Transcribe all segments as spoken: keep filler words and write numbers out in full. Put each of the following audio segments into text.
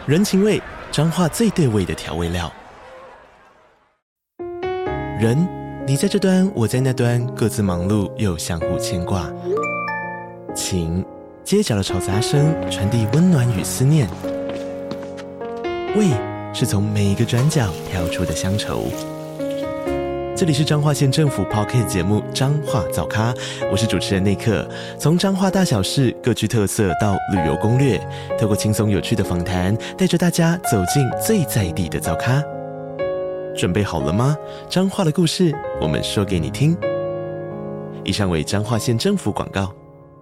人情味，彰化最对味的调味料。人，你在这端，我在那端，各自忙碌又相互牵挂。情，街角的吵杂声传递温暖与思念。味，是从每一个转角跳出的乡愁。这里是彰化县政府 Podcast 节目《彰化早咖》，我是主持人内克。从彰化大小事各具特色到旅游攻略，透过轻松有趣的访谈，带着大家走进最在地的早咖。准备好了吗？彰化的故事，我们说给你听。以上为彰化县政府广告。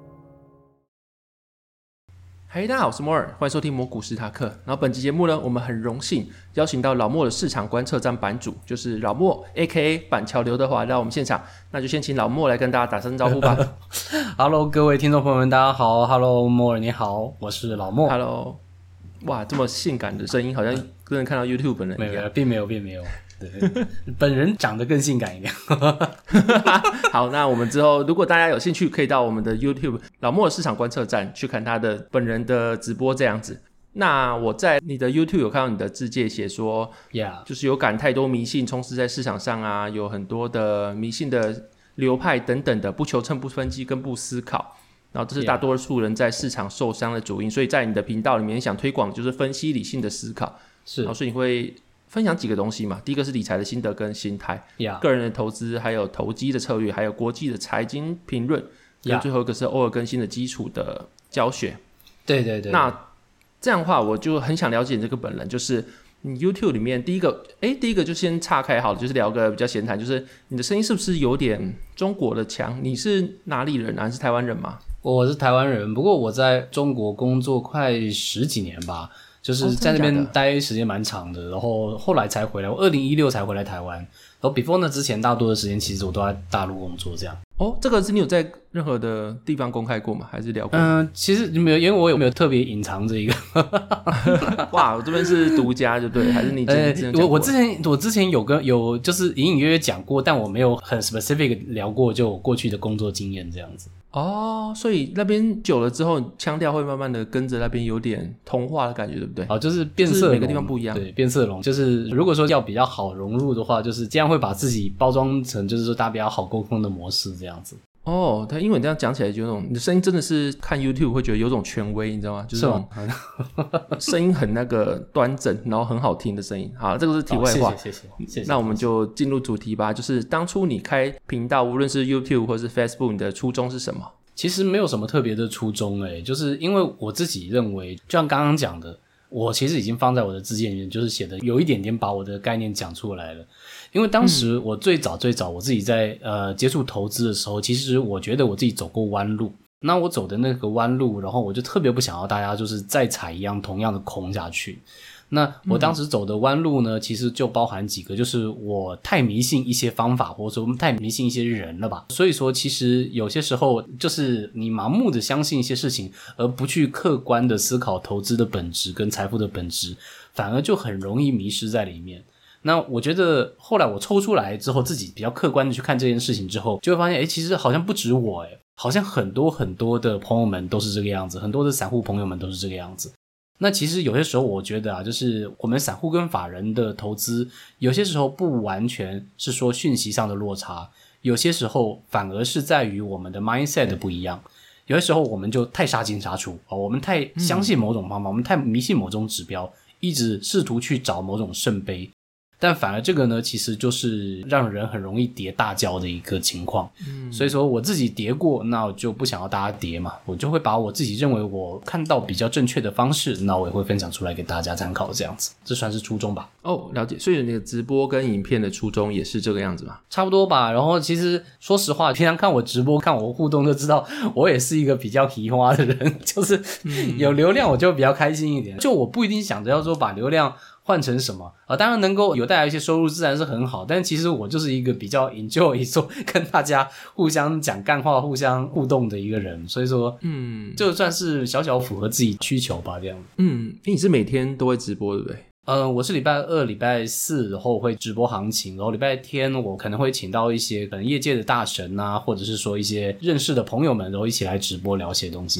嗨，大家好，我是莫尔，欢迎收听摩股史塔克。然后本期节目呢，我们很荣幸邀请到老莫的市场观测站版主，就是老莫 A K A 板桥刘德华来到我们现场。那就先请老莫来跟大家打声招呼吧。 Hello， 各位听众朋友们，大家好。Hello， 莫尔你好，我是老莫。 Hello， 哇，这么性感的声音，好像真的看到 YouTube 本人一样。 没有，并没有，并没有。对，本人长得更性感一点。 好，那我们之后如果大家有兴趣，可以到我们的 YouTube 老莫的市场观测站去看他的本人的直播这样子。那我在你的 YouTube 有看到你的自介写说， yeah. 就是有感太多迷信充斥在市场上啊，有很多的迷信的流派等等的，不求证、不分析跟不思考，然后这是大多数人在市场受伤的主因。Yeah. 所以在你的频道里面想推广就是分析理性的思考， 是， 然后所以你会分享几个东西嘛？第一个是理财的心得跟心态， yeah. 个人的投资，还有投机的策略，还有国际的财经评论， yeah. 最后一个是偶尔更新的基础的教学。 对对对。 那这样的话，我就很想了解你这个本人，就是你 YouTube 里面第一个，哎，第一个就先岔开好了，就是聊个比较闲谈，就是你的声音是不是有点中国的腔？你是哪里人啊？你是台湾人吗？ 我是台湾人，不过我在中国工作快十几年吧。就是在那边待时间蛮长的，然后后来才回来，我二零一六才回来台湾，然后 before 那之前大多的时间其实我都在大陆工作这样。 哦，这个是你有在任何的地方公开过吗？还是聊过？ 嗯、呃，其实没有，因为我有没有特别隐藏这一个。 哇，我这边是独家，就对，还是你之前之前讲过、 呃、我我之前我之前有跟有就是隐隐约约讲过，但我没有很 specific 聊过就我过去的工作经验这样子。 哦，所以那边久了之后，腔调会慢慢的跟着那边有点同化的感觉，对不对？ 哦，就是变色龙， 就是每个地方不一样。 对，变色龙就是如果说要比较好融入的话，就是这样会把自己包装成就是说大家比较好沟通的模式这样子。 哦，对，因为你这样讲起来就有种，你的声音真的是看 YouTube 会觉得有种权威，你知道吗？就是这种声音很那个端正，然后很好听的声音。好，这个是题外话。 哦、谢谢谢谢谢谢。 那我们就进入主题吧，就是当初你开频道，无论是 YouTube 或是 Facebook， 你的初衷是什么？ 其实没有什么特别的初衷诶，就是因为我自己认为，就像刚刚讲的，我其实已经放在我的自荐里面，就是写的有一点点把我的概念讲出来了。因为当时我最早最早我自己在呃接触投资的时候，其实我觉得我自己走过弯路，那我走的那个弯路，然后我就特别不想要大家就是再踩一样同样的空下去。那我当时走的弯路呢、嗯、其实就包含几个，就是我太迷信一些方法，或者说太迷信一些人了吧。所以说其实有些时候就是你盲目的相信一些事情，而不去客观的思考投资的本质跟财富的本质，反而就很容易迷失在里面。那我觉得后来我抽出来之后，自己比较客观的去看这件事情之后，就会发现诶其实好像不止我诶好像很多很多的朋友们都是这个样子，很多的散户朋友们都是这个样子。那其实有些时候我觉得啊，就是我们散户跟法人的投资，有些时候不完全是说讯息上的落差，有些时候反而是在于我们的 mindset 的不一样。有些时候我们就太杀进杀出、哦、我们太相信某种方法、嗯、我们太迷信某种指标，一直试图去找某种圣杯，但反而这个呢其实就是让人很容易跌大跤的一个情况、嗯、所以说我自己跌过，那我就不想要大家跌嘛，我就会把我自己认为我看到比较正确的方式，那我也会分享出来给大家参考，这样子，这算是初衷吧。 哦，了解。所以你的直播跟影片的初衷也是这个样子吗？ 差不多吧。然后其实说实话，平常看我直播看我互动就知道我也是一个比较奇花的人，就是有流量我就比较开心一点、嗯、就我不一定想着要说把流量换成什么啊？当然能够有带来一些收入自然是很好，但其实我就是一个比较 enjoy 说跟大家互相讲干话、互相互动的一个人，所以说，嗯，就算是小小符合自己需求吧，这样。 嗯，你是每天都会直播对不对？ 呃，我是礼拜二、礼拜四后会直播行情，然后礼拜天我可能会请到一些可能业界的大神啊，或者是说一些认识的朋友们，然后一起来直播聊些东西这样。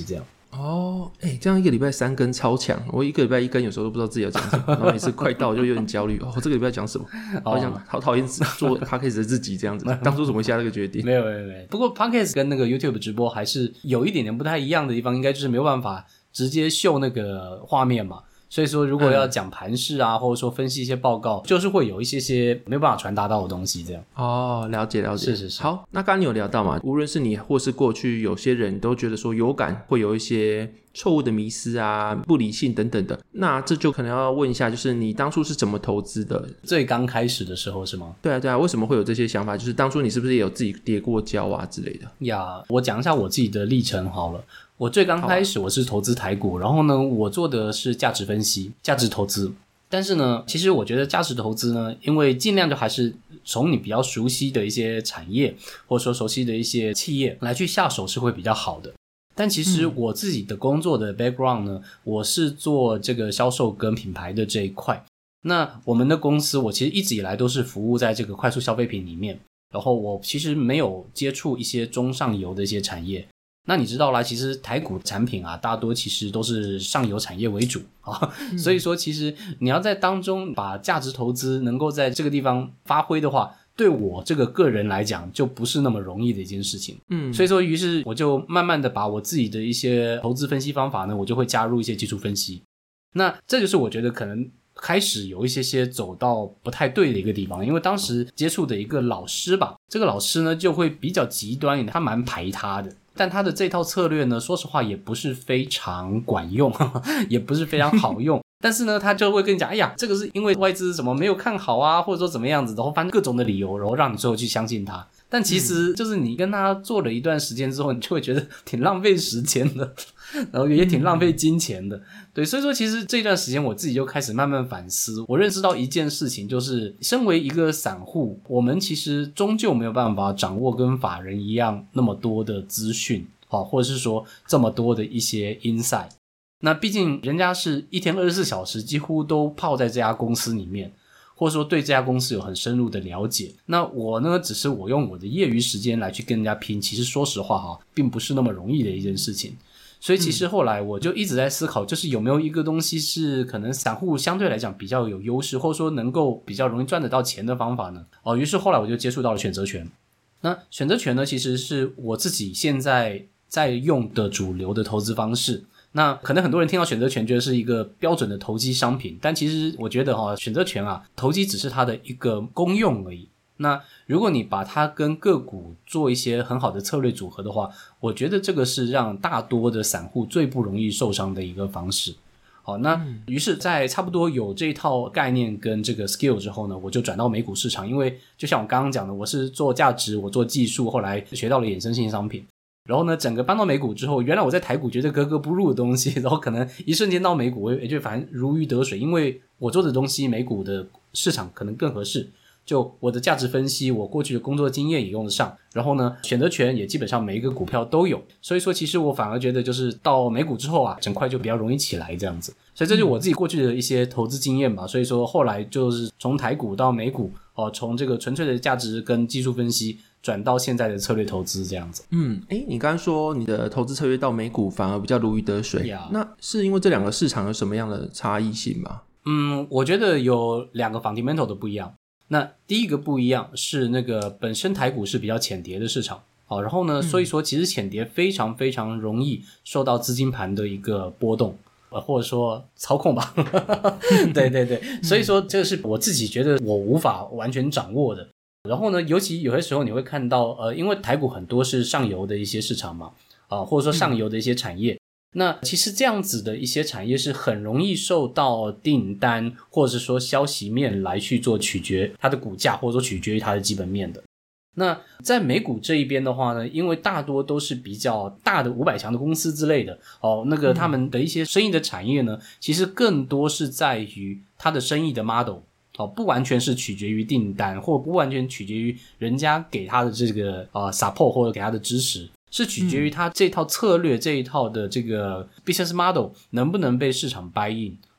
哦，哎、欸，这样一个礼拜三更超强，我一个礼拜一更，有时候都不知道自己要讲什么，然后每次快到就有点焦虑。哦，这个礼拜讲什么？好想好讨厌做 podcast 的自己这样子。当初怎么下这个决定？ 没有没有没有。不过 podcast 跟那个 YouTube 直播还是有一点点不太一样的地方，应该就是没有办法直接秀那个画面嘛。所以说如果要讲盘势啊、嗯、或者说分析一些报告，就是会有一些些没有办法传达到的东西这样。 哦，了解了解。 是是是。 好，那刚刚你有聊到嘛，无论是你或是过去有些人都觉得说有感会有一些错误的迷思啊、不理性等等的，那这就可能要问一下，就是你当初是怎么投资的？ 最刚开始的时候是吗？ 对啊对啊，为什么会有这些想法？就是当初你是不是也有自己跌过跤啊之类的？ 呀，我讲一下我自己的历程好了。我最刚开始我是投资台股、啊、然后呢我做的是价值分析、价值投资。但是呢其实我觉得价值投资呢，因为尽量就还是从你比较熟悉的一些产业或者说熟悉的一些企业来去下手是会比较好的。但其实我自己的工作的 background 呢、嗯、我是做这个销售跟品牌的这一块。那我们的公司我其实一直以来都是服务在这个快速消费品里面，然后我其实没有接触一些中上游的一些产业。那你知道啦，其实台股产品啊大多其实都是上游产业为主啊、嗯，所以说其实你要在当中把价值投资能够在这个地方发挥的话，对我这个个人来讲就不是那么容易的一件事情。嗯，所以说于是我就慢慢的把我自己的一些投资分析方法呢，我就会加入一些技术分析。那这就是我觉得可能开始有一些些走到不太对的一个地方，因为当时接触的一个老师吧，这个老师呢就会比较极端一点，他蛮排他的，但他的这套策略呢说实话也不是非常管用呵呵也不是非常好用但是呢他就会跟你讲，哎呀这个是因为外资什么没有看好啊，或者说怎么样子，然后反正各种的理由，然后让你最后去相信他。但其实就是你跟他做了一段时间之后，你就会觉得挺浪费时间的然后也挺浪费金钱的。对，所以说其实这段时间我自己就开始慢慢反思，我认识到一件事情，就是身为一个散户，我们其实终究没有办法掌握跟法人一样那么多的资讯，或者是说这么多的一些 insight。 那毕竟人家是一天二十四小时几乎都泡在这家公司里面，或者说对这家公司有很深入的了解。那我呢只是我用我的业余时间来去跟人家拼，其实说实话哈，并不是那么容易的一件事情。所以其实后来我就一直在思考，就是有没有一个东西是可能散户相对来讲比较有优势，或者说能够比较容易赚得到钱的方法呢？哦，于是后来我就接触到了选择权。那选择权呢其实是我自己现在在用的主流的投资方式。那可能很多人听到选择权觉得是一个标准的投机商品，但其实我觉得哈、哦，选择权啊，投机只是它的一个功用而已。那如果你把它跟个股做一些很好的策略组合的话，我觉得这个是让大多的散户最不容易受伤的一个方式。好，那于是在差不多有这一套概念跟这个 skill 之后呢，我就转到美股市场。因为就像我刚刚讲的，我是做价值，我做技术，后来学到了衍生性商品。然后呢整个搬到美股之后，原来我在台股觉得格格不入的东西，然后可能一瞬间到美股我也就反正如鱼得水，因为我做的东西美股的市场可能更合适，就我的价值分析，我过去的工作经验也用得上，然后呢选择权也基本上每一个股票都有。所以说其实我反而觉得就是到美股之后啊，整块就比较容易起来这样子。所以这就是我自己过去的一些投资经验吧。所以说后来就是从台股到美股哦，从这个纯粹的价值跟技术分析转到现在的策略投资这样子。 嗯，诶，你刚刚说你的投资策略到美股反而比较如鱼得水、yeah. 那是因为这两个市场有什么样的差异性吗？ 嗯，我觉得有两个 fundamental 的不一样。那第一个不一样是那个本身台股是比较浅跌的市场，好，然后呢，所以说其实浅跌非常非常容易受到资金盘的一个波动，呃，或者说操控吧对对对，所以说这个是我自己觉得我无法完全掌握的。然后呢尤其有些时候你会看到呃，因为台股很多是上游的一些市场嘛，啊、呃，或者说上游的一些产业、嗯，那其实这样子的一些产业是很容易受到订单或者说消息面来去做取决它的股价，或者说取决于它的基本面的。那在美股这一边的话呢，因为大多都是比较大的五百强的公司之类的哦，那个他们的一些生意的产业呢、嗯、其实更多是在于它的生意的 model哦，不完全是取决于订单，或不完全取决于人家给他的这个呃 support 或者给他的支持，是取决于他这套策略、嗯、这一套的这个 business model 能不能被市场 buy in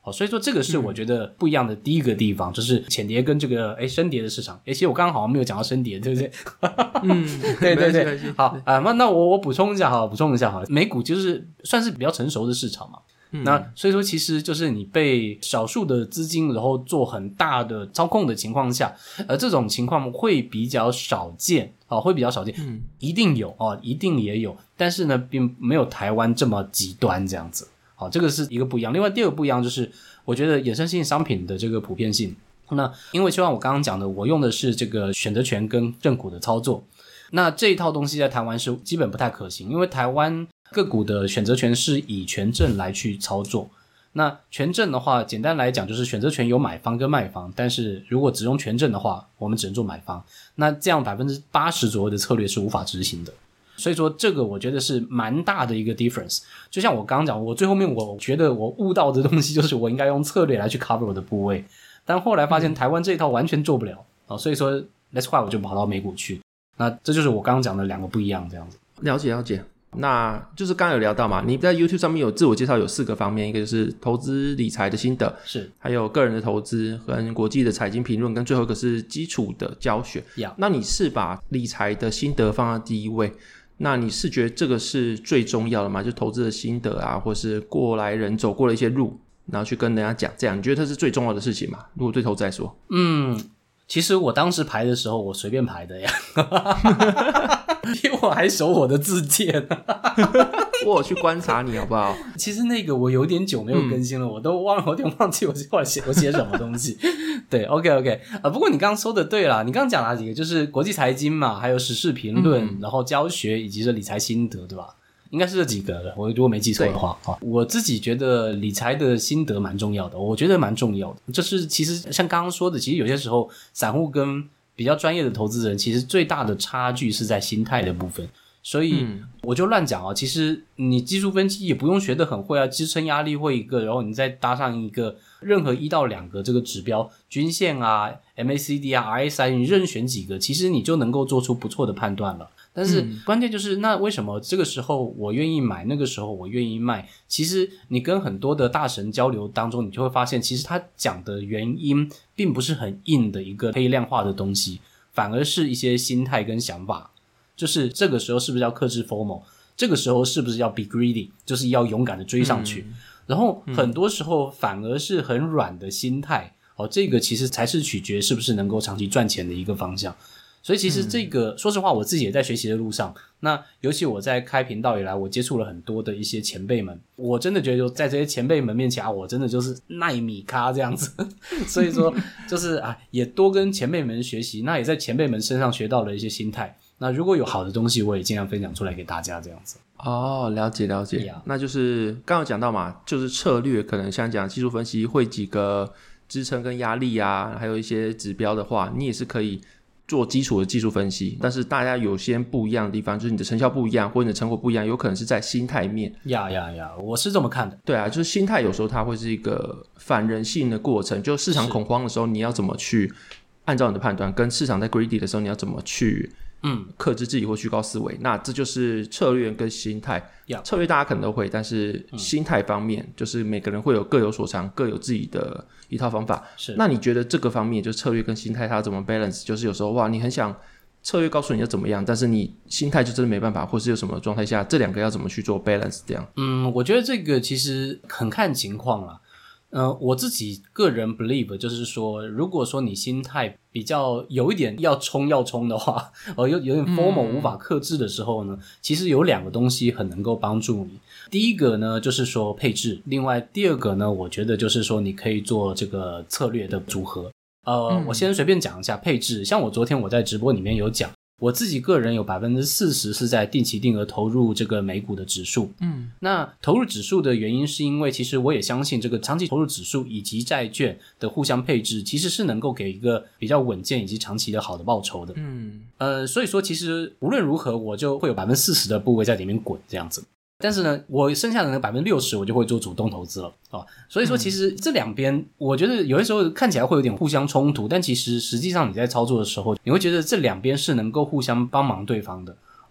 好，所以说这个是我觉得不一样的第一个地方，嗯、就是浅碟跟这个诶深碟的市场。诶，其实我刚刚好像没有讲到深碟，对不对？嗯，对对对。好啊，那那我我补充一下哈，补充一下哈，美股就是算是比较成熟的市场嘛。嗯、那所以说，其实就是你被少数的资金，然后做很大的操控的情况下，呃，这种情况会比较少见，哦，会比较少见。嗯，一定有哦，一定也有，但是呢，并没有台湾这么极端这样子。好，这个是一个不一样。另外第二个不一样就是，我觉得衍生性商品的这个普遍性。那因为就像我刚刚讲的，我用的是这个选择权跟认股的操作，那这一套东西在台湾是基本不太可行，因为台湾个股的选择权是以权证来去操作。那权证的话，简单来讲就是选择权有买方跟卖方，但是如果只用权证的话，我们只能做买方。那这样 百分之八十 左右的策略是无法执行的。所以说这个我觉得是蛮大的一个 difference。 就像我刚刚讲，我最后面我觉得我悟到的东西就是我应该用策略来去 cover 我的部位，但后来发现台湾这一套完全做不了、哦、所以说 that's why 我就跑到美股去。那这就是我刚刚讲的两个不一样这样子。 了解了解。那就是刚刚有聊到嘛，你在 YouTube 上面有自我介绍有四个方面，一个就是投资理财的心得， 是还有个人的投资跟国际的财经评论，跟最后一个是基础的教学、yeah. 那你是把理财的心得放在第一位，那你是觉得这个是最重要的吗？就投资的心得啊，或是过来人走过的一些路，然后去跟人家讲，这样你觉得这是最重要的事情吗？如果对投资来说。 嗯，其实我当时排的时候我随便排的呀因为我还守我的自荐我有去观察你好不好？ 其实那个我有点久没有更新了、嗯、我都忘了，我有点忘记我后来写我写什么东西对 OK OK、呃、不过你刚刚说的对啦，你刚刚讲哪几个？就是国际财经嘛，还有时事评论、嗯、然后教学以及这理财心得，对吧？应该是这几个的，我如果没记错的话。我自己觉得理财的心得蛮重要的，我觉得蛮重要的。就是其实像刚刚说的，其实有些时候散户跟比较专业的投资人，其实最大的差距是在心态的部分。所以我就乱讲啊，其实你技术分析也不用学得很会啊，支撑压力会一个，然后你再搭上一个任何一到两个这个指标，均线啊 M A C D 啊 R S I， 你任选几个，其实你就能够做出不错的判断了。但是关键就是那为什么这个时候我愿意买，那个时候我愿意卖？其实你跟很多的大神交流当中，你就会发现其实他讲的原因并不是很硬的一个可以量化的东西，反而是一些心态跟想法。就是这个时候是不是要克制 FOMO， 这个时候是不是要 be greedy， 就是要勇敢的追上去、嗯、然后很多时候反而是很软的心态、哦、这个其实才是取决是不是能够长期赚钱的一个方向。所以其实这个、嗯、说实话我自己也在学习的路上，那尤其我在开频道以来，我接触了很多的一些前辈们，我真的觉得在这些前辈们面前啊，我真的就是奈米咖这样子所以说就是啊，也多跟前辈们学习，那也在前辈们身上学到了一些心态，那如果有好的东西我也尽量分享出来给大家这样子。 哦，了解了解、yeah. 那就是刚刚讲到嘛，就是策略可能像讲技术分析会几个支撑跟压力啊，还有一些指标的话，你也是可以做基础的技术分析，但是大家有些不一样的地方，就是你的成效不一样或者你的成果不一样，有可能是在心态面。 呀呀呀，我是这么看的。 对啊，就是心态有时候它会是一个反人性的过程，就市场恐慌的时候你要怎么去按照你的判断，跟市场在 greedy 的时候你要怎么去嗯克制自己或居高思维，那这就是策略跟心态。策略大家可能都会，但是心态方面、嗯、就是每个人会有各有所长，各有自己的一套方法。是，那你觉得这个方面就是策略跟心态它怎么 balance？ 就是有时候哇你很想策略告诉你要怎么样，但是你心态就真的没办法，或是有什么状态下这两个要怎么去做 balance 这样？ 嗯，我觉得这个其实很看情况啦。呃，我自己个人 believe 就是说，如果说你心态比较有一点要冲要冲的话，呃，有有点 FOMO 无法克制的时候呢、嗯、其实有两个东西很能够帮助你。第一个呢就是说配置，另外第二个呢我觉得就是说你可以做这个策略的组合。呃、嗯，我先随便讲一下配置，像我昨天我在直播里面有讲，我自己个人有 百分之四十 是在定期定额投入这个美股的指数。嗯，那投入指数的原因是因为其实我也相信这个长期投入指数以及债券的互相配置其实是能够给一个比较稳健以及长期的好的报酬的。嗯，呃，所以说其实无论如何我就会有 百分之四十 的部位在里面滚这样子。但是呢我剩下的那 百分之六十 我就会做主动投资了、哦、所以说其实这两边我觉得有些时候看起来会有点互相冲突，但其实实际上你在操作的时候你会觉得这两边是能够互相帮忙对方的。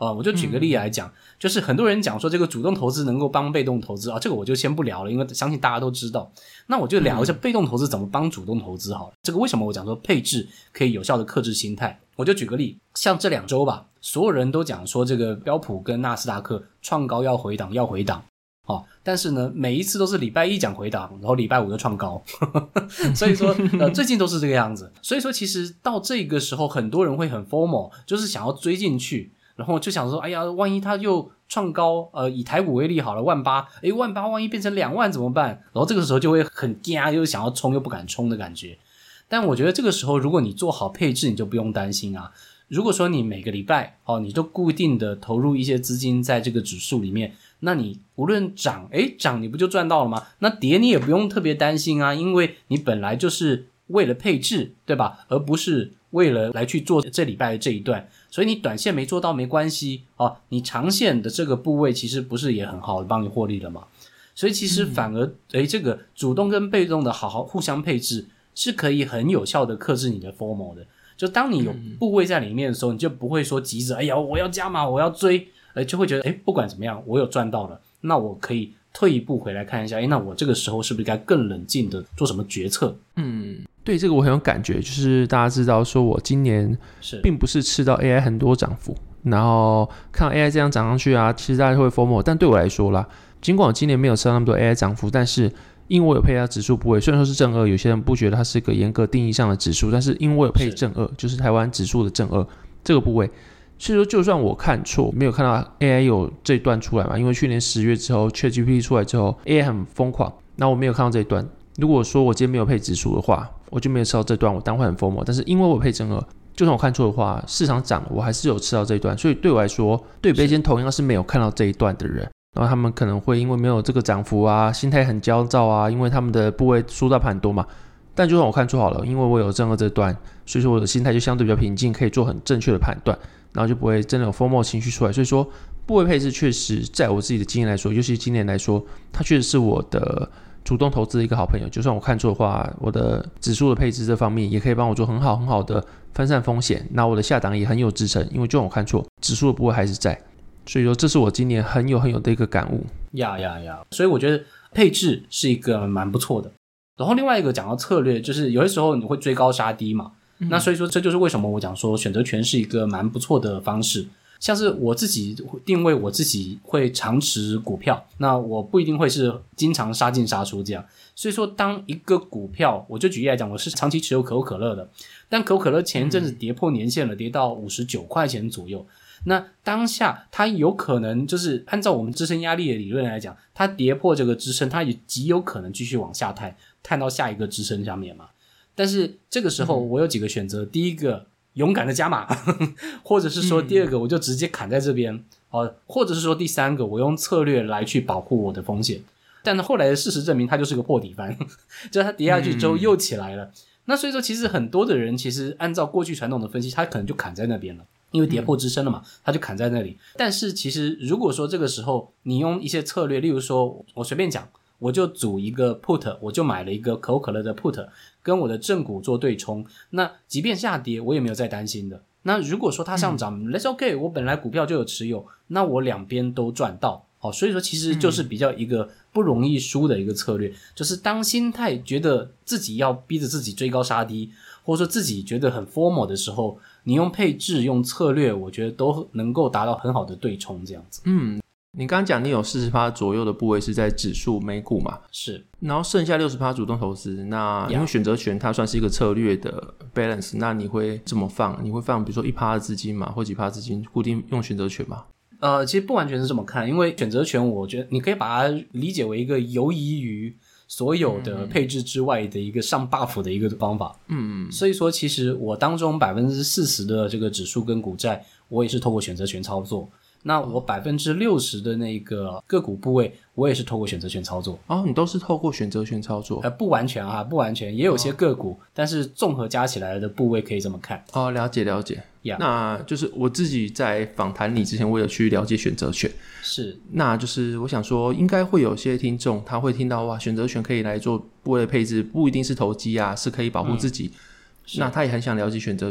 呃，我就举个例来讲、嗯、就是很多人讲说这个主动投资能够帮被动投资啊，这个我就先不聊了，因为相信大家都知道。那我就聊一下被动投资怎么帮主动投资好了、嗯、这个为什么我讲说配置可以有效的克制心态，我就举个例，像这两周吧，所有人都讲说这个标普跟纳斯达克创高要回档要回档哦，但是呢每一次都是礼拜一讲回档，然后礼拜五就创高所以说呃最近都是这个样子。所以说其实到这个时候很多人会很 FOMO， 就是想要追进去，然后就想说哎呀万一他又创高，呃以台股为例好了，万八，诶万八万一变成两万怎么办，然后这个时候就会很怕，又想要冲又不敢冲的感觉。但我觉得这个时候如果你做好配置，你就不用担心啊。如果说你每个礼拜哦，你就固定的投入一些资金在这个指数里面，那你无论涨，诶涨你不就赚到了吗？那跌你也不用特别担心啊，因为你本来就是为了配置，对吧？而不是为了来去做这礼拜的这一段，所以你短线没做到没关系哦，你长线的这个部位其实不是也很好的帮你获利了吗？所以其实反而、嗯、诶这个主动跟被动的好好互相配置是可以很有效的克制你的 FOMO 的。就当你有部位在里面的时候，你就不会说急着哎呀我要加码我要追，呃就会觉得诶不管怎么样我有赚到了，那我可以退一步回来看一下，诶那我这个时候是不是该更冷静的做什么决策。 嗯，对这个我很有感觉，就是大家知道说我今年并不是吃到 A I 很多涨幅，然后看到 A I 这样涨上去啊，其实大家会 FOMO， 但对我来说啦，尽管我今年没有吃到那么多 A I 涨幅，但是因为我有配它指数部位，虽然说是正二，有些人不觉得它是一个严格定义上的指数，但是因为我有配正二，就是台湾指数的正二这个部位，所以说就算我看错，没有看到 A I 有这一段出来嘛，因为去年十月之后 ChatGPT 出来之后 A I 很疯狂，那我没有看到这一段，如果说我今天没有配指数的话，我就没有吃到这段，我当会很 FOMO， 但是因为我有配正二，就算我看错的话，市场涨了我还是有吃到这一段，所以对我来说，对比那些同样是没有看到这一段的人，然后他们可能会因为没有这个涨幅啊，心态很焦躁啊，因为他们的部位输到盘多嘛。但就算我看错好了，因为我有正二这段，所以说我的心态就相对比较平静，可以做很正确的判断，然后就不会真的有 FOMO 情绪出来。所以说部位配置确实在我自己的经验来说，尤其今年来说，它确实是我的主动投资的一个好朋友。就算我看错的话，我的指数的配置这方面也可以帮我做很好很好的分散风险，那我的下档也很有支撑，因为就算我看错，指数的部位还是在。所以说这是我今年很有很有的一个感悟呀呀呀！所以我觉得配置是一个蛮不错的。然后另外一个讲到策略，就是有些时候你会追高杀低嘛、嗯、那所以说这就是为什么我讲说选择权是一个蛮不错的方式。像是我自己定位我自己会长持股票，那我不一定会是经常杀进杀出这样，所以说当一个股票，我就举例来讲，我是长期持有可口可乐的，但可口可乐前一阵子跌破年线了，跌到五十九块钱左右，那当下它有可能就是按照我们支撑压力的理论来讲，它跌破这个支撑，它也极有可能继续往下探，探到下一个支撑下面嘛。但是这个时候我有几个选择、嗯、第一个勇敢的加码或者是说第二个我就直接砍在这边、嗯呃、或者是说第三个我用策略来去保护我的风险。但后来的事实证明它就是个破底翻就是它跌下去之后又起来了、嗯、那所以说其实很多的人其实按照过去传统的分析，他可能就砍在那边了，因为跌破支撑了嘛，他就砍在那里。但是其实如果说这个时候你用一些策略，例如说我随便讲，我就组一个 put， 我就买了一个可口可乐的 put 跟我的正股做对冲，那即便下跌我也没有再担心的。那如果说它上涨、嗯、let's OK， 我本来股票就有持有，那我两边都赚到、哦、所以说其实就是比较一个不容易输的一个策略、嗯、就是当心态觉得自己要逼着自己追高杀低，或者说自己觉得很 formal 的时候，你用配置用策略我觉得都能够达到很好的对冲这样子。 嗯，你刚刚讲你有 百分之四十 左右的部位是在指数美股嘛， 是， 然后剩下 百分之六十 主动投资，那因为选择权它算是一个策略的 balance， 那你会怎么放？你会放比如说 百分之一 的资金嘛，或几%的资金固定用选择权嘛？ 呃，其实不完全是这么看，因为选择权我觉得你可以把它理解为一个游移于所有的配置之外的一个上 buff 的一个方法。嗯嗯，所以说其实我当中 百分之四十 的这个指数跟股债我也是透过选择权操作，那我 百分之六十 的那个个股部位我也是透过选择权操作。 哦，你都是透过选择权操作？ 呃，不完全啊，不完全，也有些个股、哦、但是综合加起来的部位可以这么看。 哦，了解了解。 Yeah. 那就是我自己在访谈你之前我有去了解选择权， 是， 那就是我想说应该会有些听众他会听到哇，选择权可以来做部位的配置，不一定是投机啊，是可以保护自己、嗯、那他也很想了解选择权，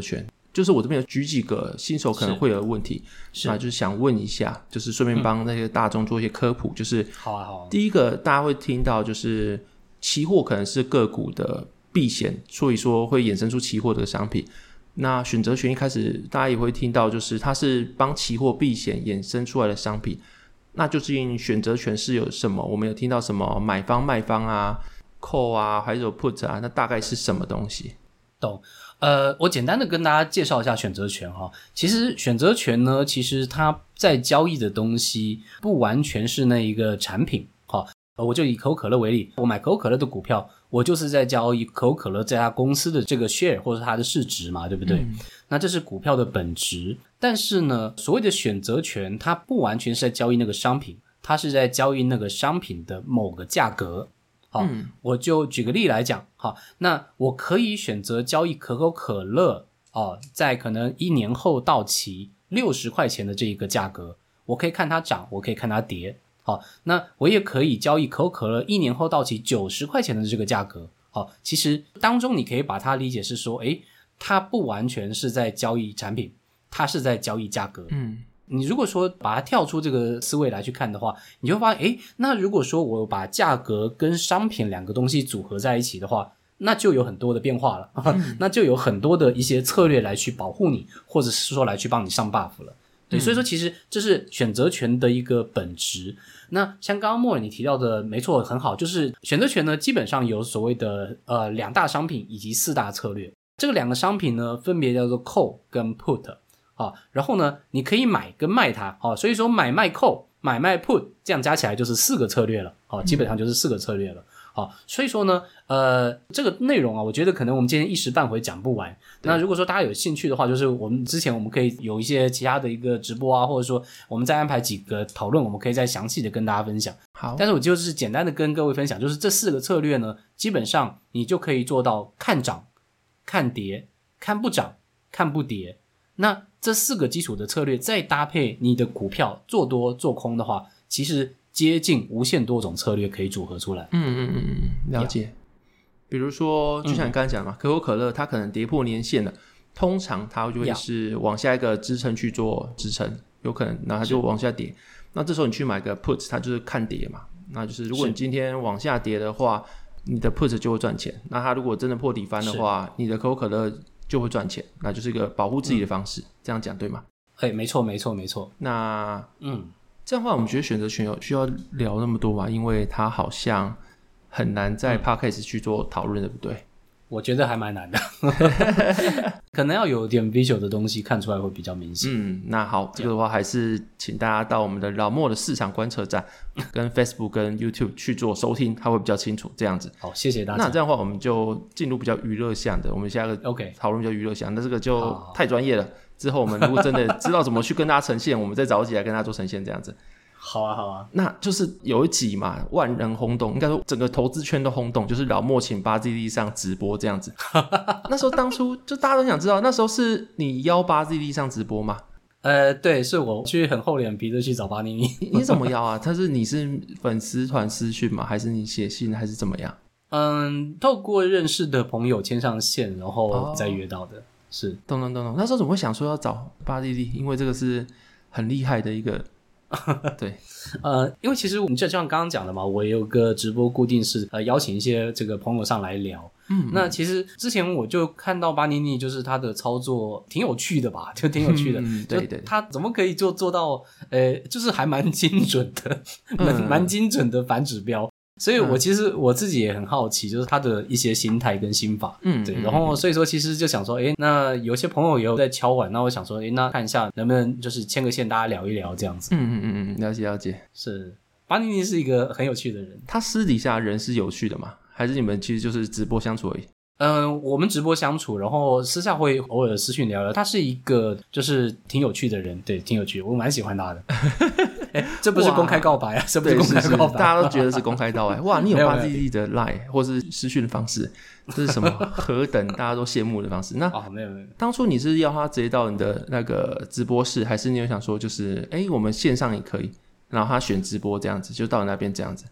就是我这边有举几个新手可能会有的问题，那就是想问一下，就是顺便帮那些大众做一些科普，嗯、就是好啊好啊。 第一个大家会听到就是期货可能是个股的避险，所以说会衍生出期货这个商品。那选择权一开始大家也会听到，就是它是帮期货避险衍生出来的商品。那究竟选择权是有什么？我们有听到什么买方卖方啊 call 啊还是有 put 啊，那大概是什么东西？ 懂。呃，我简单的跟大家介绍一下选择权哈。其实选择权呢，其实它在交易的东西不完全是那一个产品哈。我就以可口可乐为例，我买可口可乐的股票，我就是在交易可口可乐这家公司的这个 share 或者它的市值嘛，对不对？嗯、那这是股票的本质。但是呢，所谓的选择权，它不完全是在交易那个商品，它是在交易那个商品的某个价格。好，嗯、我就举个例来讲，好，那我可以选择交易可口可乐哦，在可能一年后到期六十块钱的这一个价格，我可以看它涨，我可以看它跌。好，那我也可以交易可口可乐一年后到期九十块钱的这个价格。好，其实当中你可以把它理解是说，诶，它不完全是在交易产品，它是在交易价格。嗯。你如果说把它跳出这个思维来去看的话，你就会发现，诶，那如果说我把价格跟商品两个东西组合在一起的话，那就有很多的变化了，嗯、那就有很多的一些策略来去保护你，或者是说来去帮你上 buff 了。对，嗯、所以说其实这是选择权的一个本质。那像刚刚莫尔你提到的，没错，很好，就是选择权呢，基本上有所谓的呃两大商品以及四大策略。这个两个商品呢，分别叫做 call 跟 put。好，然后呢，你可以买跟卖它，好，所以说买卖 call 买卖 put 这样加起来就是四个策略了，好，基本上就是四个策略了，好，所以说呢，呃，这个内容啊，我觉得可能我们今天一时半会讲不完。那如果说大家有兴趣的话，就是我们之前我们可以有一些其他的一个直播啊，或者说我们再安排几个讨论，我们可以再详细的跟大家分享。 好， 但是我就是简单的跟各位分享，就是这四个策略呢，基本上你就可以做到看涨、看跌、看不涨、看不跌。那这四个基础的策略再搭配你的股票做多做空的话，其实接近无限多种策略可以组合出来。 嗯嗯嗯嗯，了解。比如说就像你刚才讲嘛，嗯、可口可乐它可能跌破年线了，通常它就会是往下一个支撑去做支撑，有可能然后它就往下跌。那这时候你去买个 put， 它就是看跌嘛，那就是如果你今天往下跌的话，你的 put 就会赚钱。那它如果真的破底翻的话，你的可口可乐就会赚钱，那就是一个保护自己的方式，嗯、这样讲对吗？ 哎，没错没错没错。 那嗯，这样的话我们觉得选择权有需要聊那么多吗？因为它好像很难在 podcast 去做讨论，嗯、对不对？ 我觉得还蛮难的可能要有点 visual 的东西看出来会比较明显。 嗯，那好，这个的话还是请大家到我们的老莫的市场观测站跟 Facebook 跟 YouTube 去做收听，它会比较清楚这样子。 好，谢谢大家。 那这样的话我们就进入比较娱乐向的，我们下个讨论比较娱乐向，那这个就太专业了，之后我们如果真的知道怎么去跟大家呈现我们再找几来跟大家做呈现这样子。 好啊好啊， 那就是有一集嘛，万人轰动，应该说整个投资圈都轰动，就是老莫请巴基利上直播这样子那时候当初就大家都想知道，那时候是你邀巴基利上直播吗？ 呃，对，是我去很厚脸皮的去找巴尼尼你怎么邀啊？他是你是粉丝团私讯吗？还是你写信还是怎么样？ 嗯，透过认识的朋友牵上线，然后再约到的。哦、是懂懂懂懂。那时候怎么会想说要找巴基利？因为这个是很厉害的一个对， 呃，因为其实我们就像刚刚讲的嘛，我有个直播固定是呃邀请一些这个朋友上来聊。嗯，那其实之前我就看到巴尼尼，就是他的操作挺有趣的吧，就挺有趣的。 嗯，对对， 他怎么可以就做到，呃，就是还蛮精准的，蛮蛮、嗯、精准的反指标。所以我其实我自己也很好奇，就是他的一些心态跟心法。嗯，对。然后所以说其实就想说，诶，那有些朋友也有在敲碗，那我想说，诶，那看一下能不能就是牵个线，大家聊一聊这样子。 嗯嗯嗯嗯，了解了解。 是，巴尼尼是一个很有趣的人。 他私底下人是有趣的吗？还是你们其实就是直播相处而已？ 嗯、呃，我们直播相处，然后私下会偶尔私讯聊聊。他是一个就是挺有趣的人，对，挺有趣的，我蛮喜欢他的。欸、这不是公开告白啊，这不是公开告白， 大家都觉得是公开告白。哇，你有巴基利的 line 或是私讯的方式，这是什么何等大家都羡慕的方式？那、 哦、没有没有， 当初你是要他直接到你的那个直播室，还是你有想说就是哎、欸，我们线上也可以，然后他选直播这样子，就到你那边这样子？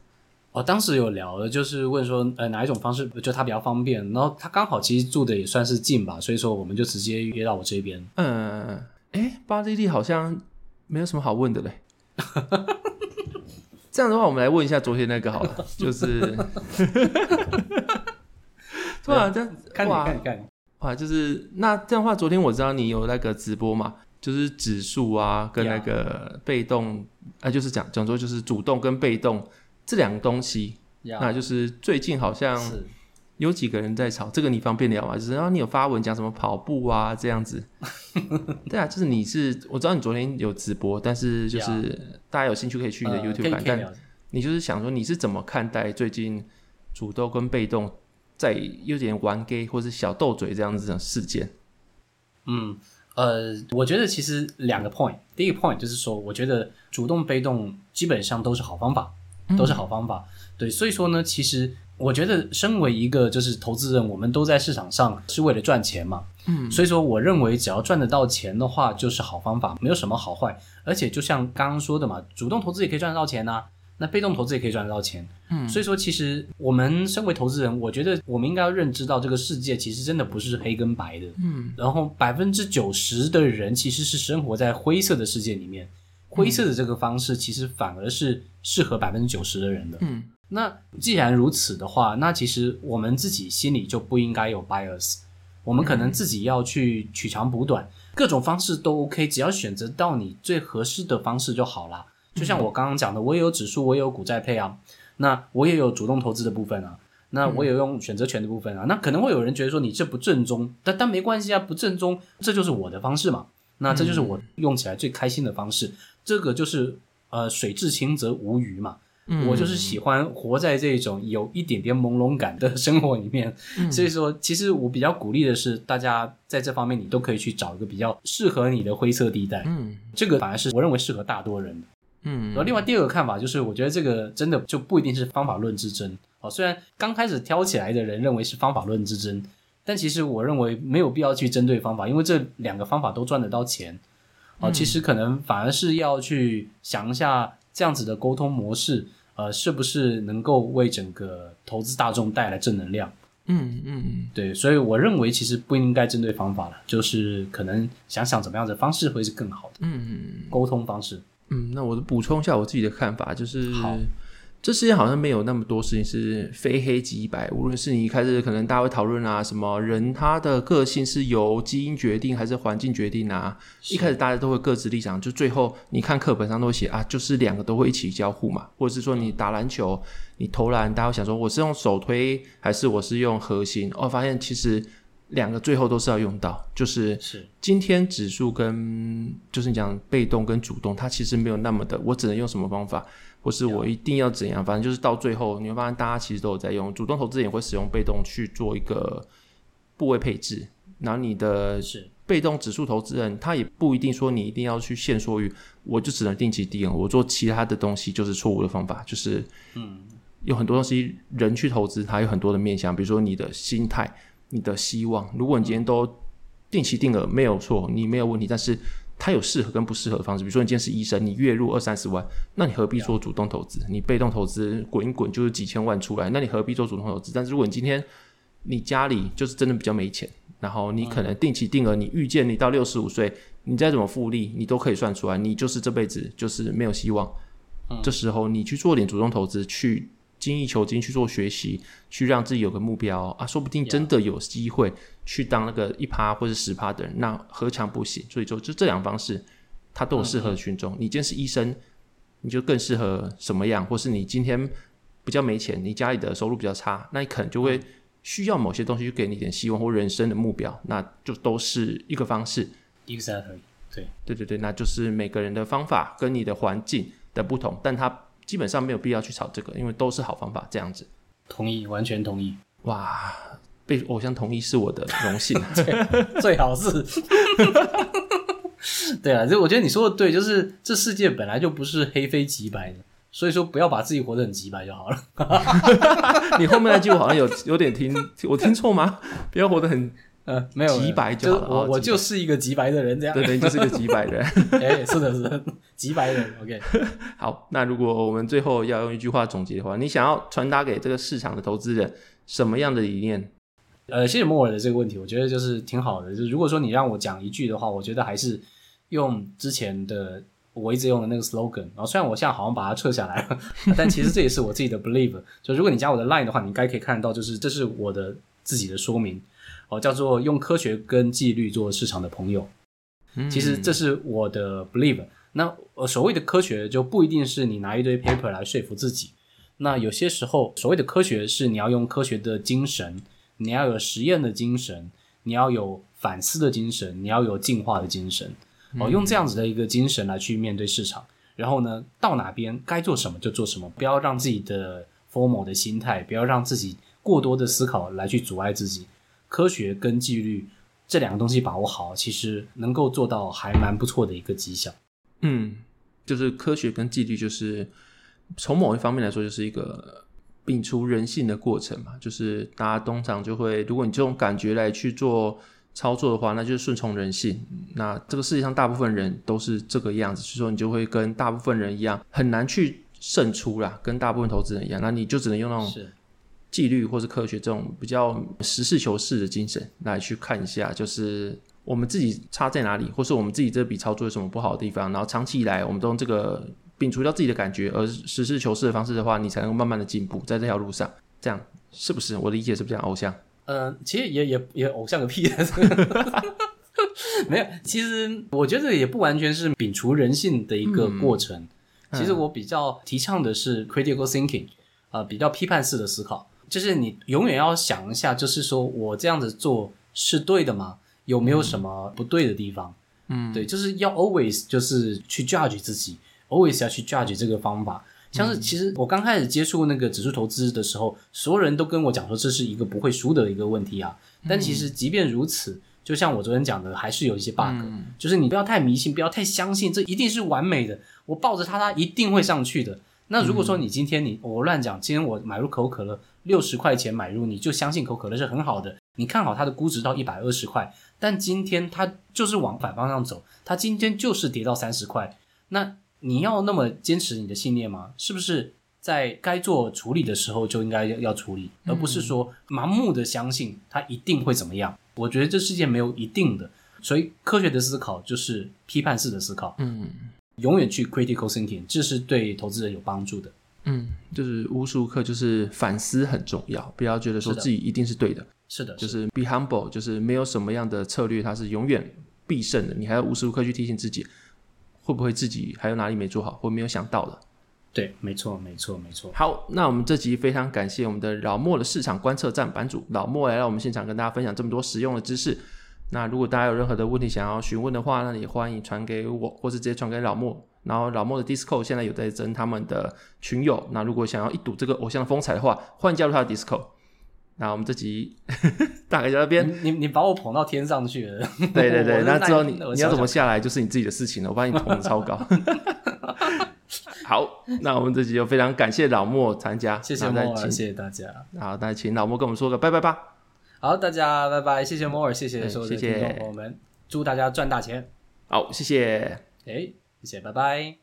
哦，当时有聊的，就是问说，呃，哪一种方式就他比较方便，然后他刚好其实住的也算是近吧，所以说我们就直接约到我这边。 嗯，哎，巴黎利好像没有什么好问的嘞。这样的话，我们来问一下昨天那个好了，就是对啊，这样看你看你看你， 哇，就是那这样的话，昨天我知道你有那个直播嘛，就是指数啊，跟那个被动，啊，就是讲讲说就是主动跟被动这两个东西，那就是最近好像有几个人在吵，这个你方便聊吗？就是然后你有发文讲什么跑步啊这样子，对啊，就是你是我知道你昨天有直播，但是就是大家有兴趣可以去你的 YouTube 看，但你就是想说你是怎么看待最近主动跟被动在有点玩 gay 或是小斗嘴这样子的事件？ 嗯，呃，我觉得其实两个 point， 第一个 point 就是说，我觉得主动被动基本上都是好方法，都是好方法。嗯、对，所以说呢，其实我觉得身为一个就是投资人，我们都在市场上是为了赚钱嘛。嗯，所以说我认为只要赚得到钱的话，就是好方法，没有什么好坏。而且就像刚刚说的嘛，主动投资也可以赚得到钱啊。那被动投资也可以赚得到钱，嗯，所以说其实我们身为投资人，我觉得我们应该要认知到这个世界其实真的不是黑跟白的，嗯，然后百分之九十的人其实是生活在灰色的世界里面，灰色的这个方式其实反而是适合百分之九十的人的，嗯，那既然如此的话，那其实我们自己心里就不应该有 bias， 我们可能自己要去取长补短，各种方式都 OK， 只要选择到你最合适的方式就好啦。就像我刚刚讲的，我也有指数，我也有股债配啊，那我也有主动投资的部分啊，那我也有用选择权的部分啊，那可能会有人觉得说你这不正宗，但但没关系啊，不正宗，这就是我的方式嘛，那这就是我用起来最开心的方式，这个就是呃水至清则无鱼嘛，我就是喜欢活在这种有一点点朦胧感的生活里面，所以说其实我比较鼓励的是大家在这方面你都可以去找一个比较适合你的灰色地带，这个反而是我认为适合大多人的。嗯，然后另外第二个看法就是，我觉得这个真的就不一定是方法论之争哦。虽然刚开始挑起来的人认为是方法论之争，但其实我认为没有必要去针对方法，因为这两个方法都赚得到钱哦。其实可能反而是要去想一下这样子的沟通模式，呃，是不是能够为整个投资大众带来正能量？嗯嗯嗯，对，所以我认为其实不应该针对方法了，就是可能想想怎么样的方式会是更好的。嗯嗯嗯，沟通方式。 嗯，那我补充一下我自己的看法，就是这世界好像没有那么多事情是非黑即白，无论是你一开始可能大家会讨论啊，什么人他的个性是由基因决定还是环境决定啊，一开始大家都会各自立场，就最后你看课本上都会写啊，就是两个都会一起交互嘛，或者是说你打篮球你投篮，大家会想说我是用手推还是我是用核心，哦，发现其实两个最后都是要用到，就是今天指数跟就是你讲被动跟主动，它其实没有那么的我只能用什么方法，或是我一定要怎样，反正就是到最后你会发现大家其实都有在用，主动投资也会使用被动去做一个部位配置，然后你的被动指数投资人他也不一定说你一定要去限缩于我就只能定期定额，我做其他的东西就是错误的方法，就是嗯，有很多东西人去投资它有很多的面向，比如说你的心态你的希望，如果你今天都定期定额没有错，你没有问题，但是它有适合跟不适合的方式，比如说你今天是医生，你月入二三十万，那你何必做主动投资？你被动投资滚一滚就是几千万出来，那你何必做主动投资？但是如果你今天你家里就是真的比较没钱，然后你可能定期定额，你预见你到六十五岁你再怎么复利你都可以算出来，你就是这辈子就是没有希望，嗯，这时候你去做点主动投资，去精益求精，去做学习，去让自己有个目标啊，说不定真的有机会去当那个 百分之一 或是 百分之十 的人，那何尝不行？所以说就这两方式它都有适合的群众，嗯，你今天是医生你就更适合什么样，或是你今天比较没钱，你家里的收入比较差，那你可能就会需要某些东西去给你一点希望或人生的目标，那就都是一个方式。 Exactly， 对对对对，那就是每个人的方法跟你的环境的不同，但它基本上没有必要去吵这个，因为都是好方法，这样子。 同意，完全同意。 哇，被偶像同意是我的荣幸， 最好是。对啊，我觉得你说的对，就是这世界本来就不是黑非即白的，所以说不要把自己活得很即白就好了。 你后面那句我好像有有点听，我听错吗？不要活得很呃，没有极白就好了。 就是我我就是一个极白的人，这样。 对对，你就是个极白人。 哎，是的，是的，极白人。OK。 好，那如果我们最后要用一句话总结的话，你想要传达给这个市场的投资人什么样的理念？ 呃，谢谢摩尔的这个问题，我觉得就是挺好的。就是如果说你让我讲一句的话，我觉得还是用之前的我一直用的那个 slogan。然后虽然我现在好像把它撤下来了，但其实这也是我自己的 believe。就如果你加我的 line 的话，你应该可以看到，就是这是我的自己的说明，哦，叫做用科学跟纪律做市场的朋友。 嗯、 其实这是我的 believe。那呃所谓的科学就不一定是你拿一堆 paper 来说服自己。那有些时候所谓的科学是你要用科学的精神。你要有实验的精神，你要有反思的精神，你要有进化的精神，哦，用这样子的一个精神来去面对市场。然后呢，到哪边该做什么就做什么，不要让自己的 formal 的心态，不要让自己过多的思考来去阻碍自己。科学跟纪律这两个东西把握好，其实能够做到还蛮不错的一个绩效。 嗯，就是科学跟纪律，就是从某一方面来说，就是一个摒除人性的过程嘛，就是大家通常就会，如果你这种感觉来去做操作的话，那就是顺从人性。那这个世界上大部分人都是这个样子，所以说你就会跟大部分人一样，很难去胜出啦，跟大部分投资人一样。那你就只能用那种纪律或是科学这种比较实事求是的精神来去看一下，就是我们自己差在哪里，或是我们自己这笔操作有什么不好的地方，然后长期以来我们都用这个摒除掉自己的感觉，而实事求是的方式的话，你才能慢慢的进步在这条路上。这样是不是我的理解是不是这样？偶像呃，其实也也也偶像个屁没有，其实我觉得也不完全是摒除人性的一个过程、嗯、其实我比较提倡的是 critical thinking、呃、比较批判式的思考，就是你永远要想一下，就是说我这样子做是对的吗？有没有什么不对的地方？嗯，对，就是要 always 就是去 judge 自己，always 要去 judge 这个方法。像是其实我刚开始接触那个指数投资的时候，所有人都跟我讲说这是一个不会输的一个问题啊。但其实即便如此，就像我昨天讲的，还是有一些 bug、嗯、就是你不要太迷信，不要太相信这一定是完美的，我抱着它它一定会上去的。那如果说你今天你我乱讲，今天我买入可口可乐六十块钱买入，你就相信可口可乐是很好的，你看好它的估值到一百二十块，但今天它就是往反方向走，它今天就是跌到三十块，那你要那么坚持你的信念吗？是不是在该做处理的时候就应该要处理，而不是说盲目的相信它一定会怎么样？我觉得这世界没有一定的，所以科学的思考就是批判式的思考，嗯，永远去 critical thinking， 这是对投资人有帮助的。嗯， 就是无时无刻就是反思很重要，不要觉得说自己一定是对的。 是的， 就是 be humble， 就是没有什么样的策略它是永远必胜的，你还要无时无刻去提醒自己会不会自己还有哪里没做好或没有想到的。 对，没错没错没错。 好，那我们这集非常感谢我们的老莫的市场观测站版主老莫来到我们现场跟大家分享这么多实用的知识。那如果大家有任何的问题想要询问的话，那也欢迎传给我或是直接传给老莫，然后老莫的 Discord 现在有在征他们的群友，那如果想要一睹这个偶像的风采的话，欢迎加入他的 Discord。那我们这集大概就到这边， 你你把我捧到天上去了。 对对对，那之后 你, 你要怎么下来就是你自己的事情了，我把你捧得超高。好，那我们这集就非常感谢老莫参加， 谢谢莫尔，谢谢大家。 好，那请老莫跟我们说个拜拜吧。 好，大家拜拜，谢谢莫尔，谢谢所有的听众朋友们，祝大家赚大钱。 好，谢谢。 哎，谢谢，拜拜。